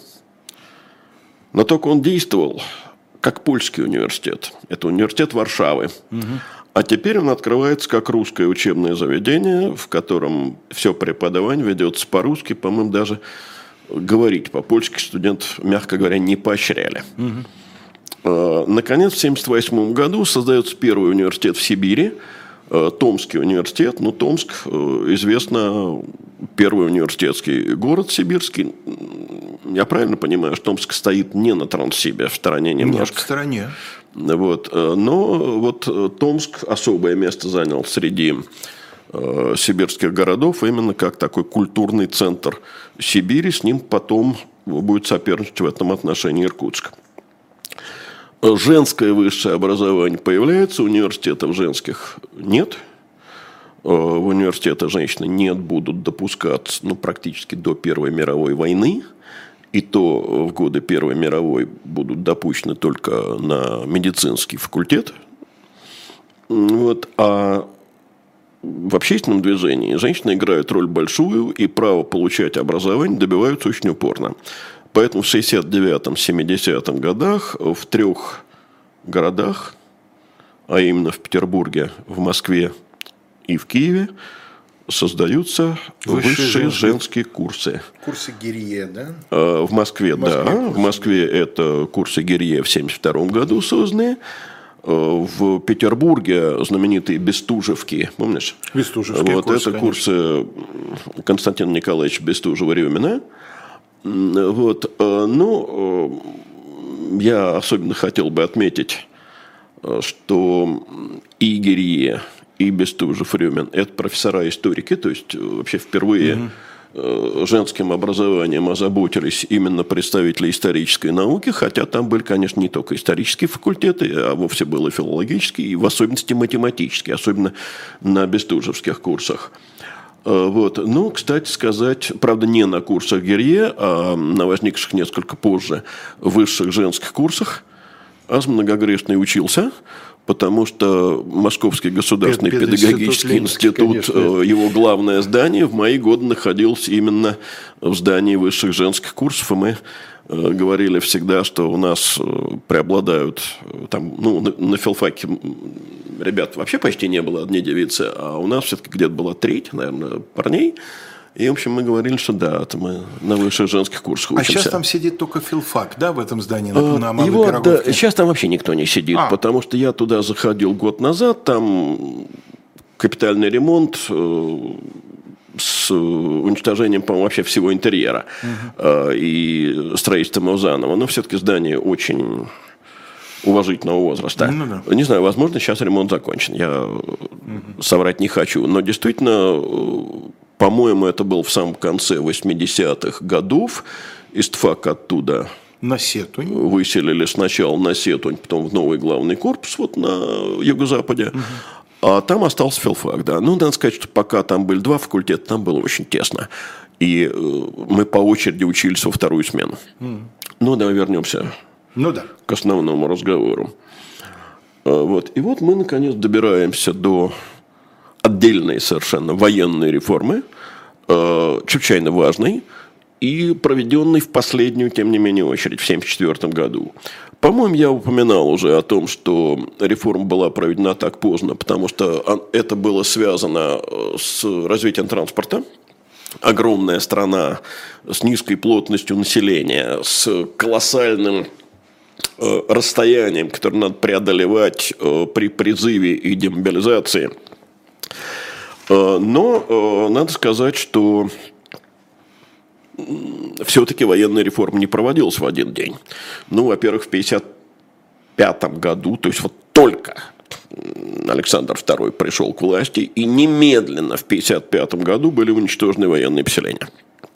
Но только он действовал как польский университет. Это университет Варшавы. Угу. А теперь он открывается как русское учебное заведение, в котором все преподавание ведется по-русски. По-моему, даже говорить по-польски студентов, мягко говоря, не поощряли. Угу. Наконец, в семьдесят восьмом году создается первый университет в Сибири, Томский университет. Ну, Томск, известно, первый университетский город сибирский. Я правильно понимаю, что Томск стоит не на Транссибе, в стороне немножко? Нет, в стороне. Вот. Но вот Томск особое место занял среди сибирских городов, именно как такой культурный центр Сибири. С ним потом будет соперничать в этом отношении Иркутск. Женское высшее образование появляется, университетов женских нет. В университеты женщины не будут допускаться, ну, практически до Первой мировой войны. И то в годы Первой мировой будут допущены только на медицинский факультет. Вот. А в общественном движении женщины играют роль большую, и право получать образование добиваются очень упорно. Поэтому в шестьдесят девятом — семидесятом годах в трех городах, а именно в Петербурге, в Москве и в Киеве, создаются высшие, высшие женские курсы. Курсы Гирье, да? В Москве, в Москве да. Курсы. В Москве это курсы Гирье в семьдесят втором году созданы. В Петербурге знаменитые Бестужевки, помнишь? Бестужевские вот курсы, это курсы Константина Николаевича Бестужева-Рюмина. Вот. Ну, я особенно хотел бы отметить, что и Гирье, и Бестужев-Рюмин – это профессора-историки, то есть вообще впервые угу. женским образованием озаботились именно представители исторической науки, хотя там были, конечно, не только исторические факультеты, а вовсе был и филологический, и в особенности математический, особенно на бестужевских курсах. Вот. Ну, кстати сказать, правда, не на курсах Гирье, а на возникших несколько позже высших женских курсах Аз Многогрешный учился, потому что Московский государственный педагогический институт, конечно, его главное здание, в мои годы находилось именно в здании высших женских курсов, и мы говорили всегда, что у нас преобладают, там, ну, на, на филфаке ребят вообще почти не было, одни девицы, а у нас все-таки где-то была треть, наверное, парней. И, в общем, мы говорили, что да, это мы на высших женских курсах учимся. А сейчас там сидит только филфак, да, в этом здании, на, на Малой Его, Пироговке? Да, сейчас там вообще никто не сидит, а. потому что я туда заходил год назад, там капитальный ремонт с уничтожением, по-моему, вообще всего интерьера угу. и строительством его заново. Но все-таки здание очень уважительного возраста. Ну, да. Не знаю, возможно, сейчас ремонт закончен. Я угу. соврать не хочу. Но действительно, по-моему, это был в самом конце восьмидесятых годов. ИСТФАК оттуда на Сетунь выселили сначала на Сетунь, потом в новый главный корпус вот на юго-западе. Угу. А там остался филфак, да. Ну, надо сказать, что пока там были два факультета, там было очень тесно. И э, мы по очереди учились во вторую смену. Mm. Ну, давай вернемся ну, да. к основному разговору. А, вот. И вот мы, наконец, добираемся до отдельной совершенно военной реформы, э, чрезвычайно важной. и проведенный в последнюю, тем не менее, очередь в тысяча девятьсот семьдесят четвёртом году. По-моему, я упоминал уже о том, что реформа была проведена так поздно, потому что это было связано с развитием транспорта. Огромная страна с низкой плотностью населения, с колоссальным э, расстоянием, которое надо преодолевать э, при призыве и демобилизации. Э, но э, надо сказать, что э, все-таки военная реформа не проводилась в один день. Ну, во-первых, в пятьдесят пятом году, то есть вот только Александр второй пришел к власти, и немедленно в пятьдесят пятом году были уничтожены военные поселения.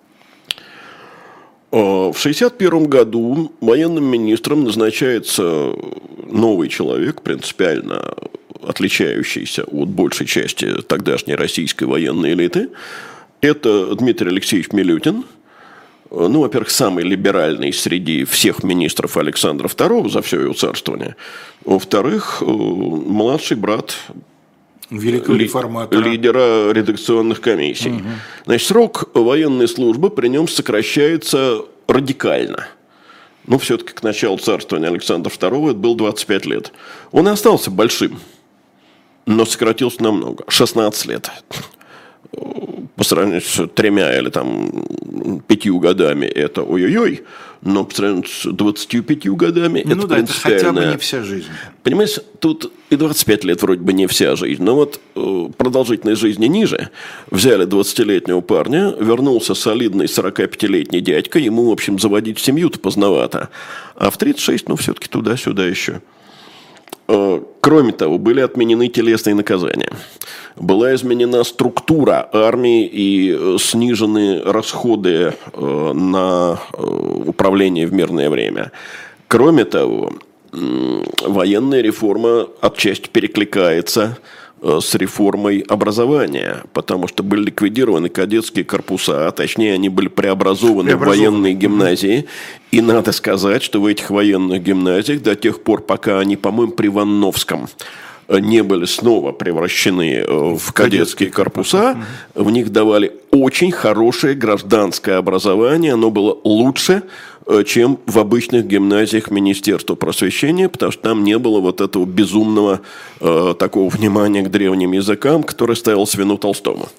В шестьдесят первом году военным министром назначается новый человек, принципиально отличающийся от большей части тогдашней российской военной элиты. Это Дмитрий Алексеевич Милютин. Ну, во-первых, самый либеральный среди всех министров Александра второго за все его царствование. Во-вторых, младший брат великого ли, реформатора, лидера редакционных комиссий. Угу. Значит, срок военной службы при нем сокращается радикально. Ну, все-таки к началу царствования Александра второго это было двадцать пять лет. Он и остался большим, но сократился намного. шестнадцать лет. По сравнению с тремя или там пятью годами это ой-ой-ой, но по сравнению с двадцатью пятью годами ну, это да, принципиально... это хотя бы не вся жизнь. Понимаешь, тут и двадцать пять лет вроде бы не вся жизнь, но вот продолжительность жизни ниже. Взяли двадцатилетнего парня, вернулся солидный сорокапятилетний дядька, ему, в общем, заводить семью-то поздновато. А в тридцать шесть, ну, все-таки туда-сюда еще. Кроме того, были отменены телесные наказания. Была изменена структура армии и снижены расходы на управление в мирное время. Кроме того, военная реформа отчасти перекликается с реформой образования, потому что были ликвидированы кадетские корпуса, а точнее они были преобразованы, преобразованы в военные гимназии. И надо сказать, что в этих военных гимназиях до тех пор, пока они, по-моему, при Ванновском не были снова превращены в кадетские корпуса, в них давали очень хорошее гражданское образование, оно было лучше, чем в обычных гимназиях Министерства просвещения, потому что там не было вот этого безумного э, такого внимания к древним языкам, который ставился в вину Толстому.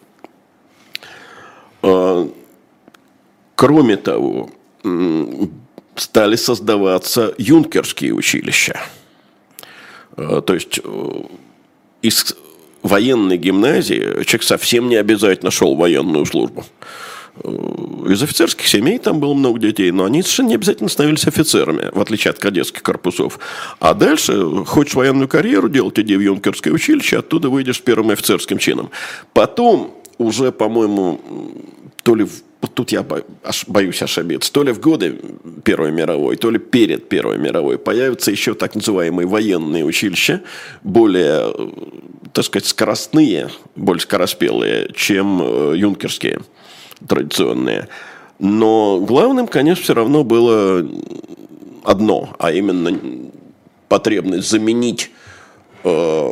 Э, кроме того, э, стали создаваться юнкерские училища. Э, то есть э, из военной гимназии человек совсем не обязательно шел в военную службу. Из офицерских семей там было много детей, но они совершенно не обязательно становились офицерами, в отличие от кадетских корпусов. А дальше, хочешь военную карьеру делать, иди в юнкерское училище, оттуда выйдешь с первым офицерским чином. Потом уже, по-моему, то ли, тут я боюсь ошибиться, то ли в годы Первой мировой, то ли перед Первой мировой появятся еще так называемые военные училища, более, так сказать, скоростные, более скороспелые, чем юнкерские. Традиционные. Но главным, конечно, все равно было одно, а именно потребность заменить э,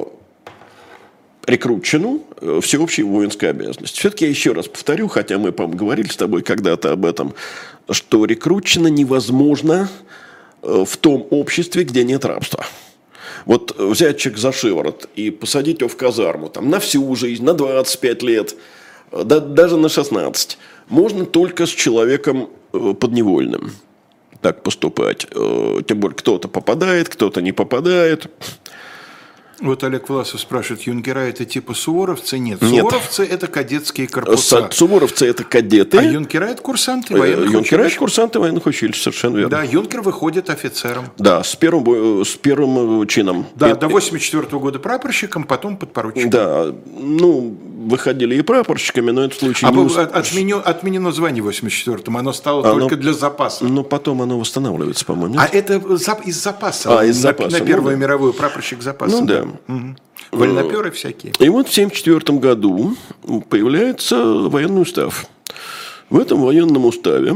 рекрутчину всеобщей воинской обязанности. Все-таки я еще раз повторю, хотя мы, по-моему, говорили с тобой когда-то об этом, что рекрутчина невозможна в том обществе, где нет рабства. Вот взять человека за шиворот и посадить его в казарму там, на всю жизнь, на двадцать пять лет, да, даже на шестнадцать. Можно только с человеком подневольным так поступать. Тем более, кто-то попадает, кто-то не попадает. Вот Олег Власов спрашивает, юнкера это типа суворовцы? Нет, Нет. Суворовцы это кадетские корпуса. Суворовцы это кадеты. А юнкера это курсанты военных юнкера училищ. Юнкера это курсанты военных училищ, совершенно верно. Да, юнкер выходит офицером. Да, с первым, с первым чином. Да, это, до восемьдесят четвёртого года прапорщиком, потом подпоручиком. Да, ну, выходили и прапорщиками, но это в случае... А не уст... отменено, отменено звание в восемьдесят четвёртом, оно стало оно... только для запаса. Но потом оно восстанавливается, по-моему, нет? А это из запаса. А, из на, запаса. На Первую ну, мировую прапорщик запаса. Ну, да. Угу. Вольноперы всякие. И вот в тысяча девятьсот семьдесят четвёртом году появляется военный устав. В этом военном уставе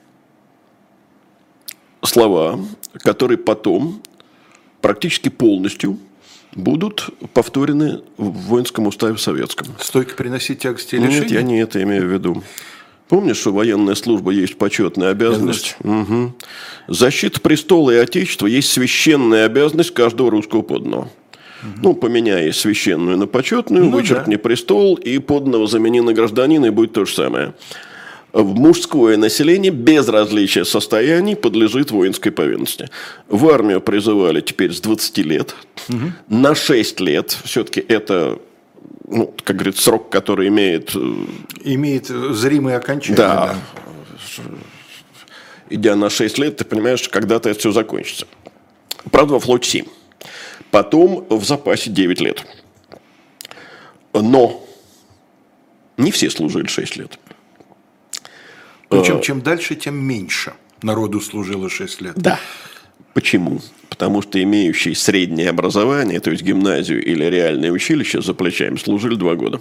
слова, которые потом практически полностью будут повторены в воинском уставе советском. Стойко приносить тягости и лишения? Нет, я не это имею в виду. Помнишь, что военная служба есть почетная обязанность? Угу. Защита престола и отечества есть священная обязанность каждого русского подданного. Угу. Ну, поменяй священную на почетную, ну, вычеркни да. престол, и подданного замени на гражданина, и будет то же самое. В мужское население без различия состояний подлежит воинской повинности. В армию призывали теперь с двадцати лет. Угу. На шесть лет. Все-таки это... Ну, как говорится, срок, который имеет... Имеет зримые окончания. Да. да. Идя на шесть лет, ты понимаешь, что когда-то это все закончится. Правда, во флоте семь. Потом в запасе девять лет. Но не все служили шесть лет. Причем, чем дальше, тем меньше народу служило шесть лет. Да. Почему? Потому что имеющие среднее образование, то есть гимназию или реальное училище за плечами, служили два года.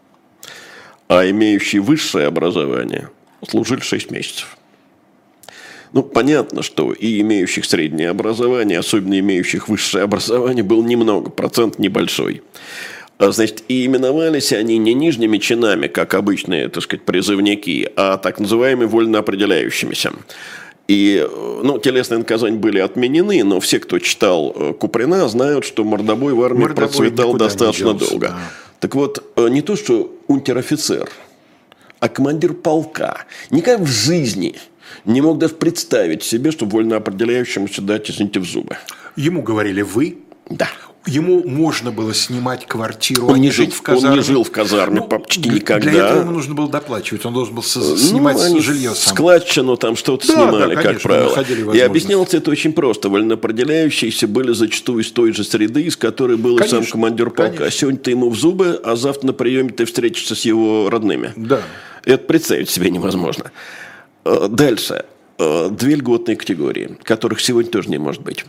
А имеющие высшее образование служили шесть месяцев. Ну, понятно, что и имеющих среднее образование, особенно имеющих высшее образование, было немного, процент небольшой. Значит, и именовались они не нижними чинами, как обычные, так сказать, призывники, а так называемыми вольно определяющимися. И, ну, телесные наказания были отменены, но все, кто читал Куприна, знают, что мордобой в армии мордобой процветал достаточно делся, долго. Да. Так вот, не то, что унтер-офицер, а командир полка никак в жизни не мог даже представить себе, что вольно определяющемуся дать, извините, в зубы. Ему говорили «вы». Да. Ему можно было снимать квартиру, он не жил в казарме. Он не жил в казарме ну, почти никогда. Для этого ему нужно было доплачивать. Он должен был снимать ну, жилье сам. Складчину там что-то да, снимали, да, конечно, как правило. И объяснялось это очень просто. Вольноопределяющиеся были зачастую из той же среды, из которой был конечно, сам командир полка. Конечно. Сегодня ты ему в зубы, а завтра на приеме ты встретишься с его родными. Да. Это представить себе невозможно. Дальше. Две льготные категории, которых сегодня тоже не может быть.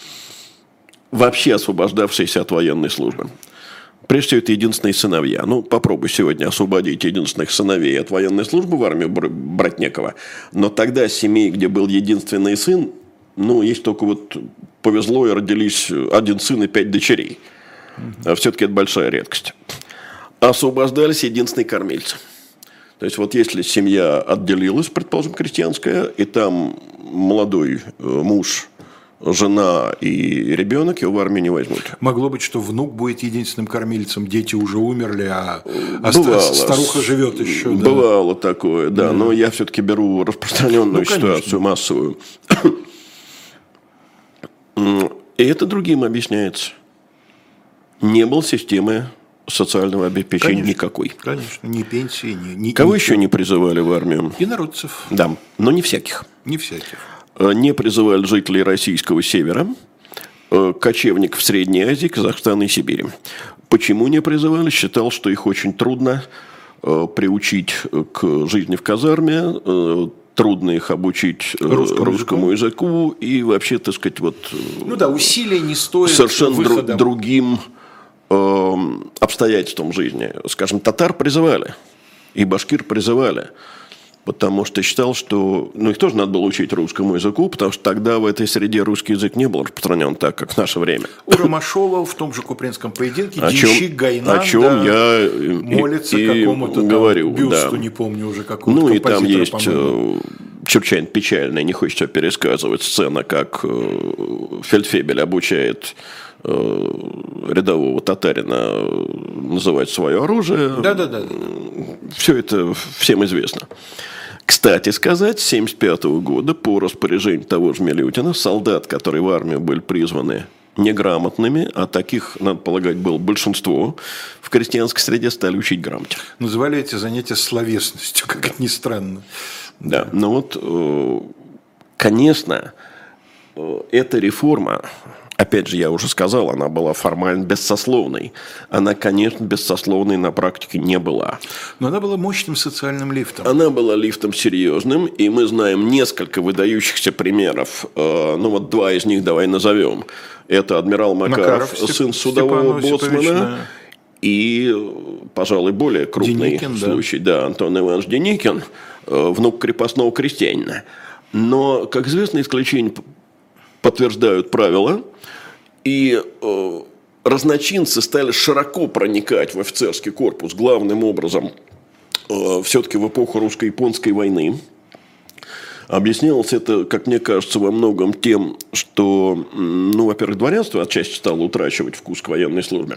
Вообще освобождавшиеся от военной службы. Прежде всего, это единственные сыновья. Ну, попробуй сегодня освободить единственных сыновей от военной службы в армию брать некого. Но тогда семей, где был единственный сын, ну, есть только вот повезло и родились один сын и пять дочерей. А все-таки это большая редкость. Освобождались единственные кормильцы. То есть, вот если семья отделилась, предположим, крестьянская, и там молодой муж, жена и ребенок, его в армию не возьмут. Могло быть, что внук будет единственным кормильцем, дети уже умерли, а, а старуха живет еще. Бывало да. такое, да, да. Но я все-таки беру распространенную ну, ситуацию, массовую. И это другим объясняется. Не было системы социального обеспечения конечно, никакой. Конечно, ни пенсии, ни... ни Кого ни еще не призывали в армию? Инородцев. Да, но не всяких. Не всяких. Не призывали жителей российского севера, кочевников Средней Азии, Казахстана и Сибири. Почему не призывали? Считал, что их очень трудно приучить к жизни в казарме, трудно их обучить русскому, русскому языку. языку и вообще, так сказать, вот... Ну да, усилия не стоят совершенно выходом. другим э, обстоятельствам жизни. Скажем, татар призывали, и башкир призывали. Потому что считал, что... Ну, их тоже надо было учить русскому языку, потому что тогда в этой среде русский язык не был распространен так, как в наше время. У Ромашова в том же Купринском поединке денщик Гайнан о чем да, я молится и, какому-то говорю, бюсту, да. не помню уже какого-то Ну, и там есть по-моему. чрезвычайно печальная, не хочется пересказывать, сцена, как фельдфебель обучает рядового татарина называть свое оружие. Да-да-да. Все это всем известно. Кстати сказать, с тысяча девятьсот семьдесят пятого года по распоряжению того же Милютина солдат, которые в армию были призваны неграмотными, а таких, надо полагать, было большинство, в крестьянской среде стали учить грамоте. Называли эти занятия словесностью, как это ни странно. Да, но вот, конечно, эта реформа, опять же, я уже сказал, она была формально бессословной. Она, конечно, бессословной на практике не была. Но она была мощным социальным лифтом. Она была лифтом серьезным, и мы знаем несколько выдающихся примеров. Ну, вот два из них давай назовем. Это адмирал Макаров, Макаров сын судового боцмана, и, пожалуй, более крупный Деникин, случай, да. да, Антон Иванович Деникин, внук крепостного крестьянина. Но, как известно, исключение подтверждают правила, и э, разночинцы стали широко проникать в офицерский корпус, главным образом все-таки в эпоху русско-японской войны. Объяснялось это, как мне кажется, во многом тем, что, ну, во-первых, дворянство отчасти стало утрачивать вкус к военной службе.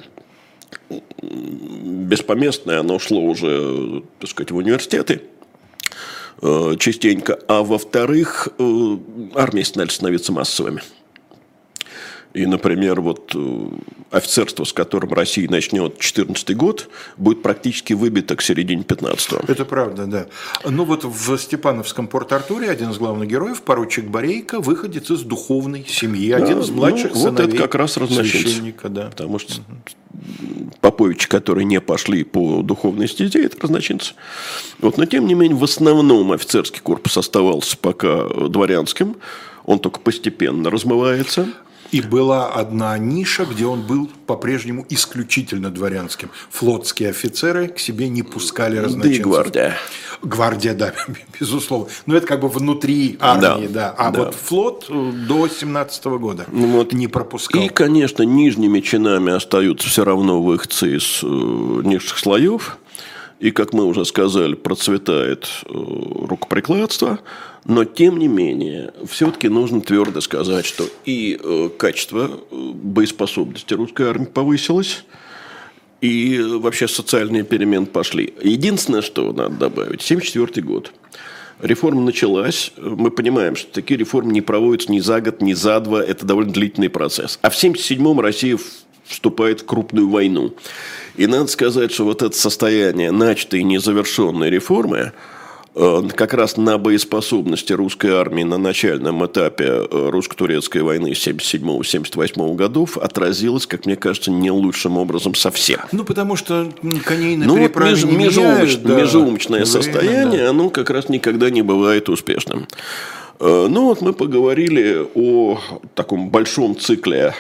Беспоместное оно шло уже, так сказать, в университеты частенько. А во-вторых, армии стали становиться массовыми. И, например, вот офицерство, с которым Россия начнет четырнадцатый год, будет практически выбито к середине пятнадцатого. Это правда, да. Ну вот в Степановском Порт-Артуре один из главных героев, поручик Борейко, выходец из духовной семьи, да, один из младших ну, сыновей вот это как раз священника. Да. Потому что угу. поповичи, которые не пошли по духовной стезе, это разночинцы. Вот, но тем не менее, в основном офицерский корпус оставался пока дворянским, он только постепенно размывается. И была одна ниша, где он был по-прежнему исключительно дворянским. Флотские офицеры к себе не пускали разночинцев. Да и гвардия. Гвардия, да, безусловно. Но это как бы внутри армии, да. да. А да. вот флот до семнадцатого года вот. не пропускал. И, конечно, нижними чинами остаются все равно выходцы из э, низших слоев. И, как мы уже сказали, процветает э, рукоприкладство. Но, тем не менее, все-таки нужно твердо сказать, что и э, качество боеспособности русской армии повысилось, и вообще социальные перемены пошли. Единственное, что надо добавить, семьдесят четвёртый год. Реформа началась. Мы понимаем, что такие реформы не проводятся ни за год, ни за два. Это довольно длительный процесс. А в семьдесят седьмом Россия вступает в крупную войну. И надо сказать, что вот это состояние начатой и незавершенной реформы как раз на боеспособности русской армии на начальном этапе русско-турецкой войны семьдесят седьмого — семьдесят восьмого годов отразилось, как мне кажется, не лучшим образом совсем. Ну, потому что коней на ну, переправе вот не меж, меняют, да. Межумочное состояние, да. Оно как раз никогда не бывает успешным. Ну, вот мы поговорили о таком большом цикле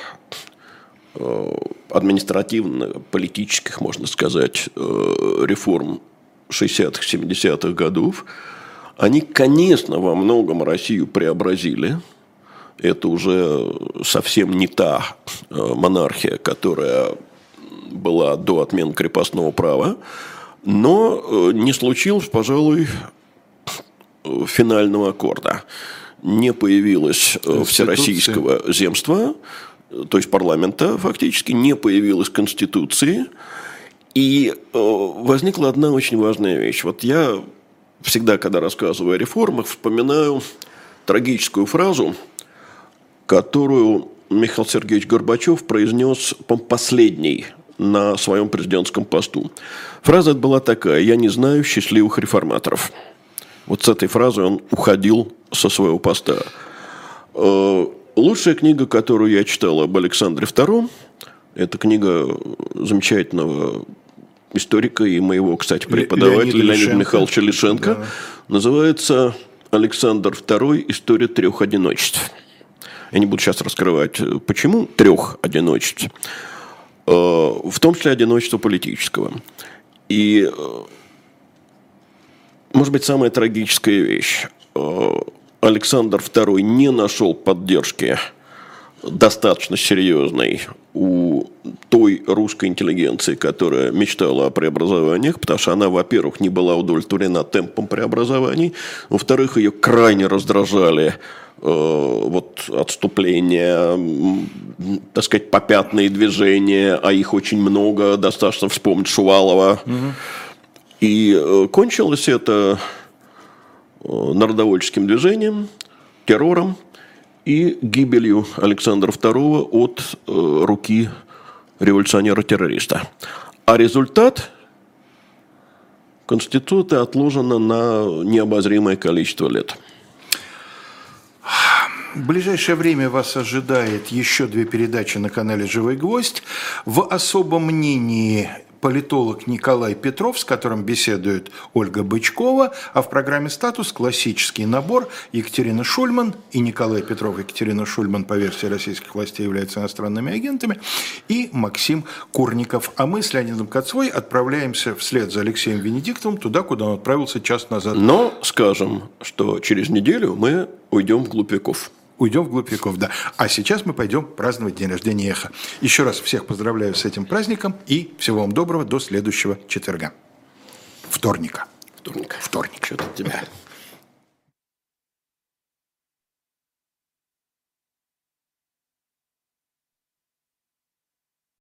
административно-политических, можно сказать, реформ шестидесятых — семидесятых годов. Они, конечно, во многом Россию преобразили. Это уже совсем не та монархия, которая была до отмены крепостного права. Но не случилось, пожалуй, финального аккорда. Не появилось всероссийского земства, то есть парламента фактически, не появилось конституции. И возникла одна очень важная вещь. Вот я всегда, когда рассказываю о реформах, вспоминаю трагическую фразу, которую Михаил Сергеевич Горбачев произнес последней на своем президентском посту. Фраза эта была такая: «Я не знаю счастливых реформаторов». Вот с этой фразой он уходил со своего поста. Лучшая книга, которую я читал об Александре втором, это книга замечательного историка и моего, кстати, преподавателя Леонида, Леонида Михайловича Лишенко. Да. Называется «Александр второй. История трех одиночеств». Я не буду сейчас раскрывать, почему трех одиночеств. В том числе одиночества политического. И, может быть, самая трагическая вещь. Александр второй не нашел поддержки достаточно серьезной у той русской интеллигенции, которая мечтала о преобразованиях, потому что она, во-первых, не была удовлетворена темпом преобразований, во-вторых, ее крайне раздражали э, вот, отступления, так сказать, попятные движения, а их очень много, достаточно вспомнить Шувалова. Угу. И э, кончилось это э, народовольческим движением, террором и гибелью Александра второго от э, руки революционера-террориста. А результат – Конституция отложена на необозримое количество лет. В ближайшее время вас ожидает еще две передачи на канале «Живой гвоздь». В особом мнении политолог Николай Петров, с которым беседует Ольга Бычкова, а в программе «Статус» классический набор Екатерина Шульман и Николай Петров. Екатерина Шульман, по версии российских властей, являются иностранными агентами, и Максим Курников. А мы с Леонидом Кацвой отправляемся вслед за Алексеем Венедиктовым туда, куда он отправился час назад. Но скажем, что через неделю мы уйдем вглубь веков. Уйдем вглубь веков, да. А сейчас мы пойдем праздновать день рождения Эхо. Еще раз всех поздравляю с этим праздником и всего вам доброго до следующего четверга. Вторника. Вторник. Вторник. Что-то тебя...